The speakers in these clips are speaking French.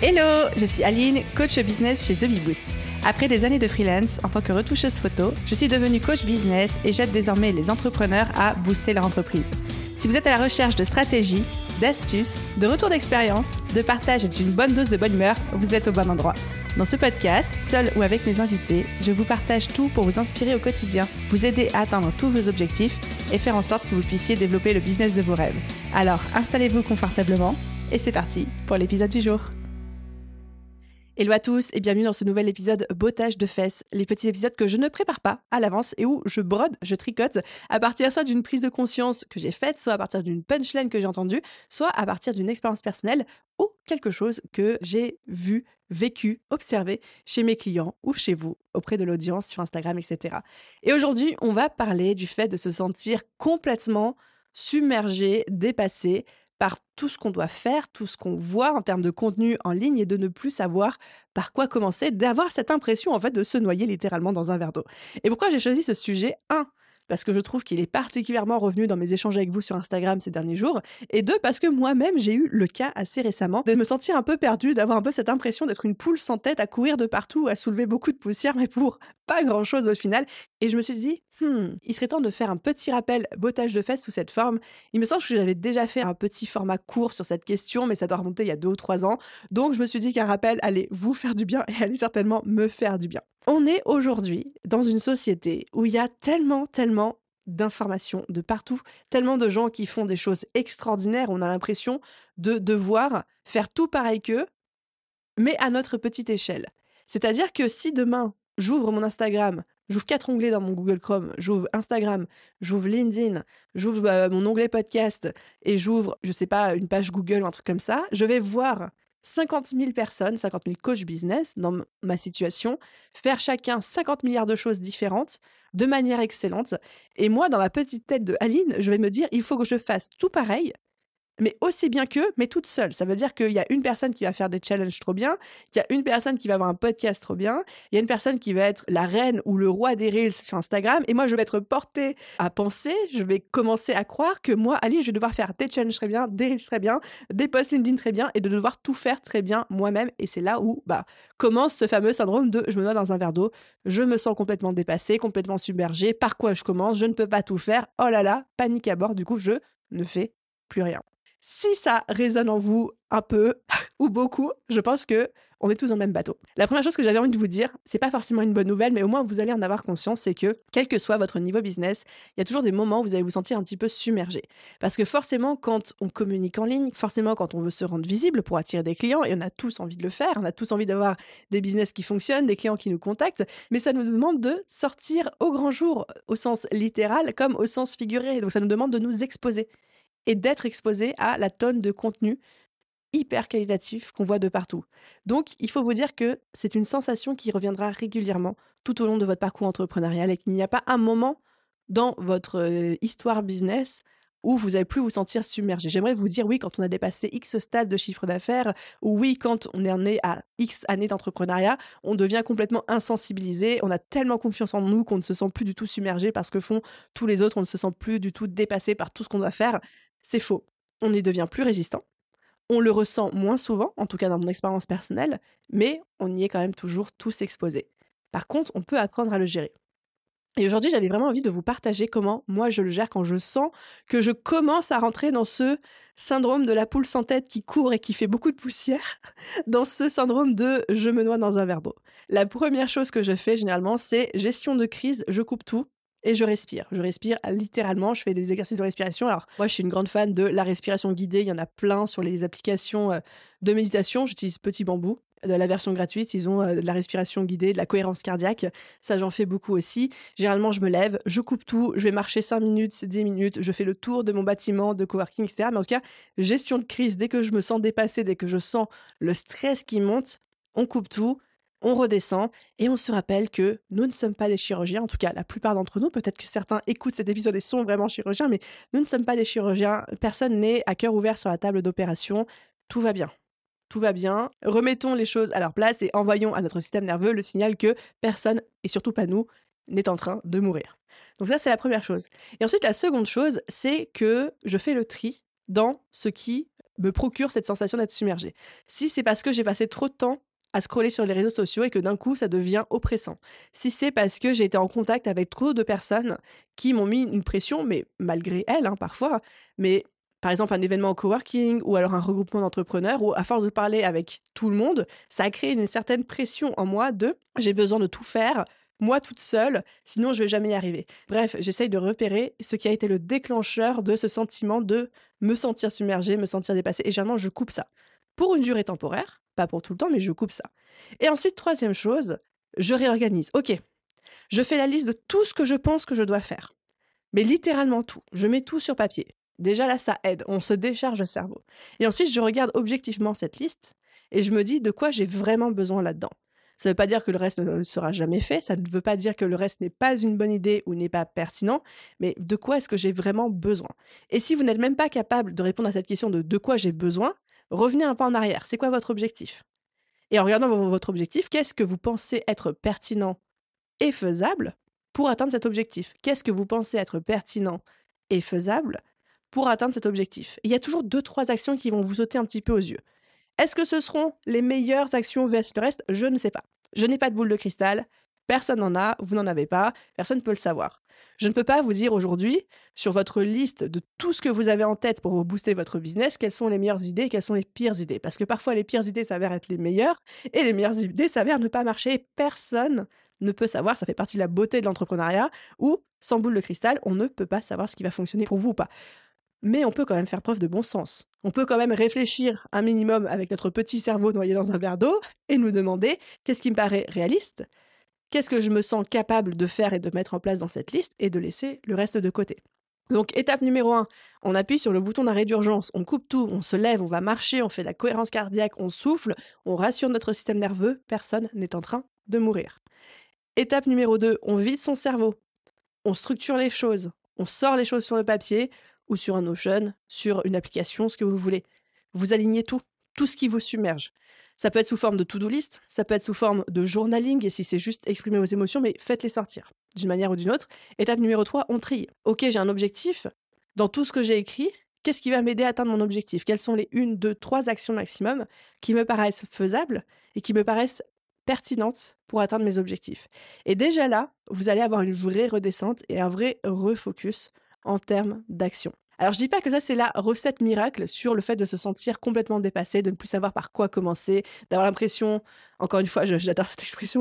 Hello, je suis Aline, coach business chez The Bee Boost. Après des années de freelance en tant que retoucheuse photo, je suis devenue coach business et j'aide désormais les entrepreneurs à booster leur entreprise. Si vous êtes à la recherche de stratégies, d'astuces, de retours d'expérience, de partage et d'une bonne dose de bonne humeur, vous êtes au bon endroit. Dans ce podcast, seul ou avec mes invités, je vous partage tout pour vous inspirer au quotidien, vous aider à atteindre tous vos objectifs et faire en sorte que vous puissiez développer le business de vos rêves. Alors, installez-vous confortablement et c'est parti pour l'épisode du jour. Hello à tous et bienvenue dans ce nouvel épisode bottage de fesses, les petits épisodes que je ne prépare pas à l'avance et où je brode, je tricote à partir soit d'une prise de conscience que j'ai faite, soit à partir d'une punchline que j'ai entendue, soit à partir d'une expérience personnelle ou quelque chose que j'ai vu, vécu, observé chez mes clients ou chez vous, auprès de l'audience sur Instagram, etc. Et aujourd'hui, on va parler du fait de se sentir complètement submergé, dépassé, par tout ce qu'on doit faire, tout ce qu'on voit en termes de contenu en ligne et de ne plus savoir par quoi commencer, d'avoir cette impression en fait de se noyer littéralement dans un verre d'eau. Et pourquoi j'ai choisi ce sujet? Parce que je trouve qu'il est particulièrement revenu dans mes échanges avec vous sur Instagram ces derniers jours, et deux, parce que moi-même j'ai eu le cas assez récemment de me sentir un peu perdue, d'avoir un peu cette impression d'être une poule sans tête à courir de partout, à soulever beaucoup de poussière, mais pour pas grand-chose au final. Et je me suis dit, il serait temps de faire un petit rappel bottage de fesses sous cette forme. Il me semble que j'avais déjà fait un petit format court sur cette question, mais ça doit remonter il y a 2 ou 3 ans. Donc je me suis dit qu'un rappel allait vous faire du bien et allait certainement me faire du bien. On est aujourd'hui dans une société où il y a tellement d'informations de partout, tellement de gens qui font des choses extraordinaires. On a l'impression de devoir faire tout pareil qu'eux, mais à notre petite échelle. C'est-à-dire que si demain, j'ouvre mon Instagram, j'ouvre 4 onglets dans mon Google Chrome, j'ouvre Instagram, j'ouvre LinkedIn, j'ouvre mon onglet podcast et j'ouvre, je sais pas, une page Google ou un truc comme ça, je vais voir 50 000 personnes, 50 000 coachs business dans ma situation, faire chacun 50 milliards de choses différentes de manière excellente. Et moi, dans ma petite tête de Aline, je vais me dire, il faut que je fasse tout pareil, mais aussi bien qu'eux, mais toute seule. Ça veut dire qu'il y a une personne qui va faire des challenges trop bien, qu'il y a une personne qui va avoir un podcast trop bien, il y a une personne qui va être la reine ou le roi des Reels sur Instagram, et moi, je vais être portée à penser, je vais commencer à croire que moi, Alice, je vais devoir faire des challenges très bien, des Reels très bien, des posts LinkedIn très bien, et de devoir tout faire très bien moi-même. Et c'est là où commence ce fameux syndrome de « je me noie dans un verre d'eau », je me sens complètement dépassée, complètement submergée, par quoi je commence, je ne peux pas tout faire, oh là là, panique à bord, du coup, je ne fais plus rien. Si ça résonne en vous un peu ou beaucoup, je pense que on est tous dans le même bateau. La première chose que j'avais envie de vous dire, c'est pas forcément une bonne nouvelle, mais au moins vous allez en avoir conscience, c'est que quel que soit votre niveau business, il y a toujours des moments où vous allez vous sentir un petit peu submergé. Parce que forcément, quand on communique en ligne, forcément quand on veut se rendre visible pour attirer des clients, et on a tous envie de le faire, on a tous envie d'avoir des business qui fonctionnent, des clients qui nous contactent, mais ça nous demande de sortir au grand jour, au sens littéral comme au sens figuré. Donc ça nous demande de nous exposer et d'être exposé à la tonne de contenu hyper qualitatif qu'on voit de partout. Donc, il faut vous dire que c'est une sensation qui reviendra régulièrement tout au long de votre parcours entrepreneurial et qu'il n'y a pas un moment dans votre histoire business où vous n'allez plus vous sentir submergé. J'aimerais vous dire oui quand on a dépassé X stade de chiffre d'affaires, ou oui quand on est né à X années d'entrepreneuriat, on devient complètement insensibilisé, on a tellement confiance en nous qu'on ne se sent plus du tout submergé par ce que font tous les autres, on ne se sent plus du tout dépassé par tout ce qu'on doit faire. C'est faux. On y devient plus résistant. On le ressent moins souvent, en tout cas dans mon expérience personnelle, mais on y est quand même toujours tous exposés. Par contre, on peut apprendre à le gérer. Et aujourd'hui, j'avais vraiment envie de vous partager comment moi je le gère quand je sens que je commence à rentrer dans ce syndrome de la poule sans tête qui court et qui fait beaucoup de poussière, dans ce syndrome de je me noie dans un verre d'eau. La première chose que je fais généralement, c'est gestion de crise, je coupe tout. Et je respire. Je respire littéralement, je fais des exercices de respiration. Alors, moi, je suis une grande fan de la respiration guidée. Il y en a plein sur les applications de méditation. J'utilise Petit Bambou. De la version gratuite, ils ont de la respiration guidée, de la cohérence cardiaque. Ça, j'en fais beaucoup aussi. Généralement, je me lève, je coupe tout, je vais marcher 5 minutes, 10 minutes, je fais le tour de mon bâtiment de coworking, etc. Mais en tout cas, gestion de crise, dès que je me sens dépassée, dès que je sens le stress qui monte, on coupe tout. On redescend et on se rappelle que nous ne sommes pas des chirurgiens, en tout cas la plupart d'entre nous, peut-être que certains écoutent cet épisode et sont vraiment chirurgiens, mais nous ne sommes pas des chirurgiens, personne n'est à cœur ouvert sur la table d'opération, tout va bien. Tout va bien, remettons les choses à leur place et envoyons à notre système nerveux le signal que personne, et surtout pas nous, n'est en train de mourir. Donc ça, c'est la première chose. Et ensuite, la seconde chose, c'est que je fais le tri dans ce qui me procure cette sensation d'être submergée. Si c'est parce que j'ai passé trop de temps à scroller sur les réseaux sociaux et que d'un coup, ça devient oppressant. Si c'est parce que j'ai été en contact avec trop de personnes qui m'ont mis une pression, mais malgré elles, parfois, mais par exemple un événement en coworking ou alors un regroupement d'entrepreneurs où à force de parler avec tout le monde, ça a créé une certaine pression en moi de j'ai besoin de tout faire, moi toute seule, sinon je vais jamais y arriver. Bref, j'essaye de repérer ce qui a été le déclencheur de ce sentiment de me sentir submergée, me sentir dépassée et généralement je coupe ça. Pour une durée temporaire, pas pour tout le temps, mais je coupe ça. Et ensuite, troisième chose, je réorganise. Ok, je fais la liste de tout ce que je pense que je dois faire. Mais littéralement tout. Je mets tout sur papier. Déjà là, ça aide. On se décharge le cerveau. Et ensuite, je regarde objectivement cette liste et je me dis de quoi j'ai vraiment besoin là-dedans. Ça ne veut pas dire que le reste ne sera jamais fait. Ça ne veut pas dire que le reste n'est pas une bonne idée ou n'est pas pertinent. Mais de quoi est-ce que j'ai vraiment besoin? Et si vous n'êtes même pas capable de répondre à cette question de quoi j'ai besoin, revenez un pas en arrière. C'est quoi votre objectif? Et en regardant votre objectif, qu'est-ce que vous pensez être pertinent et faisable pour atteindre cet objectif? Qu'est-ce que vous pensez être pertinent et faisable pour atteindre cet objectif? Il y a toujours 2-3 actions qui vont vous sauter un petit peu aux yeux. Est-ce que ce seront les meilleures actions vs le reste? Je ne sais pas. Je n'ai pas de boule de cristal. Personne n'en a, vous n'en avez pas, personne ne peut le savoir. Je ne peux pas vous dire aujourd'hui, sur votre liste de tout ce que vous avez en tête pour vous booster votre business, quelles sont les meilleures idées et quelles sont les pires idées. Parce que parfois, les pires idées s'avèrent être les meilleures et les meilleures idées s'avèrent ne pas marcher. Et personne ne peut savoir, ça fait partie de la beauté de l'entrepreneuriat, où, sans boule de cristal, on ne peut pas savoir ce qui va fonctionner pour vous ou pas. Mais on peut quand même faire preuve de bon sens. On peut quand même réfléchir un minimum avec notre petit cerveau noyé dans un verre d'eau et nous demander qu'est-ce qui me paraît réaliste, qu'est-ce que je me sens capable de faire et de mettre en place dans cette liste et de laisser le reste de côté. Donc étape numéro 1, on appuie sur le bouton d'arrêt d'urgence, on coupe tout, on se lève, on va marcher, on fait la cohérence cardiaque, on souffle, on rassure notre système nerveux, personne n'est en train de mourir. Étape numéro 2, on vide son cerveau, on structure les choses, on sort les choses sur le papier ou sur un Notion, sur une application, ce que vous voulez. Vous alignez tout ce qui vous submerge. Ça peut être sous forme de to-do list, ça peut être sous forme de journaling, et si c'est juste exprimer vos émotions, mais faites-les sortir, d'une manière ou d'une autre. Étape numéro 3, on trie. Ok, j'ai un objectif. Dans tout ce que j'ai écrit, qu'est-ce qui va m'aider à atteindre mon objectif? Quelles sont les 1, 2, 3 actions maximum qui me paraissent faisables et qui me paraissent pertinentes pour atteindre mes objectifs? Et déjà là, vous allez avoir une vraie redescente et un vrai refocus en termes d'action. Alors je dis pas que ça c'est la recette miracle sur le fait de se sentir complètement dépassé, de ne plus savoir par quoi commencer, d'avoir l'impression, encore une fois, j'adore cette expression,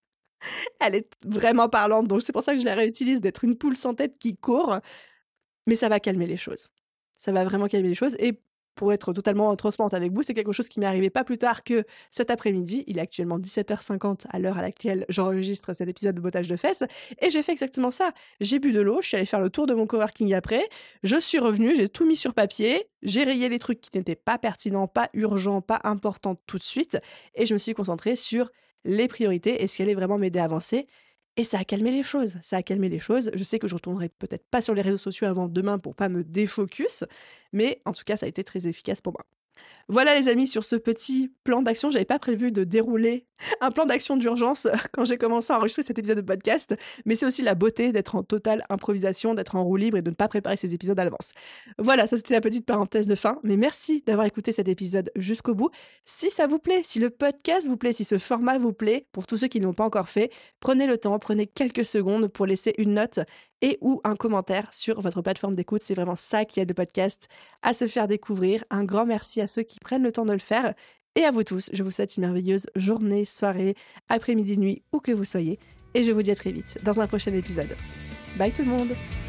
elle est vraiment parlante, donc c'est pour ça que je la réutilise, d'être une poule sans tête qui court, mais ça va calmer les choses. Ça va vraiment calmer les choses et pour être totalement transparente avec vous, c'est quelque chose qui m'est arrivé pas plus tard que cet après-midi. Il est actuellement 17h50 à l'heure à laquelle j'enregistre cet épisode de bottage de fesses. Et j'ai fait exactement ça. J'ai bu de l'eau, je suis allée faire le tour de mon coworking après. Je suis revenue, j'ai tout mis sur papier. J'ai rayé les trucs qui n'étaient pas pertinents, pas urgents, pas importants tout de suite. Et je me suis concentrée sur les priorités et ce qui allait vraiment m'aider à avancer. Et ça a calmé les choses, Je sais que je retournerai peut-être pas sur les réseaux sociaux avant demain pour pas me défocus, mais en tout cas, ça a été très efficace pour moi. Voilà les amis, sur ce petit plan d'action, j'avais pas prévu de dérouler un plan d'action d'urgence quand j'ai commencé à enregistrer cet épisode de podcast, mais c'est aussi la beauté d'être en totale improvisation, d'être en roue libre et de ne pas préparer ces épisodes à l'avance. Voilà, ça c'était la petite parenthèse de fin, mais merci d'avoir écouté cet épisode jusqu'au bout. Si ça vous plaît, si le podcast vous plaît, si ce format vous plaît, pour tous ceux qui ne l'ont pas encore fait, prenez le temps, prenez quelques secondes pour laisser une note et ou un commentaire sur votre plateforme d'écoute. C'est vraiment ça qui aide le podcast à se faire découvrir. Un grand merci à ceux qui prennent le temps de le faire. Et à vous tous, je vous souhaite une merveilleuse journée, soirée, après-midi, nuit, où que vous soyez. Et je vous dis à très vite dans un prochain épisode. Bye tout le monde!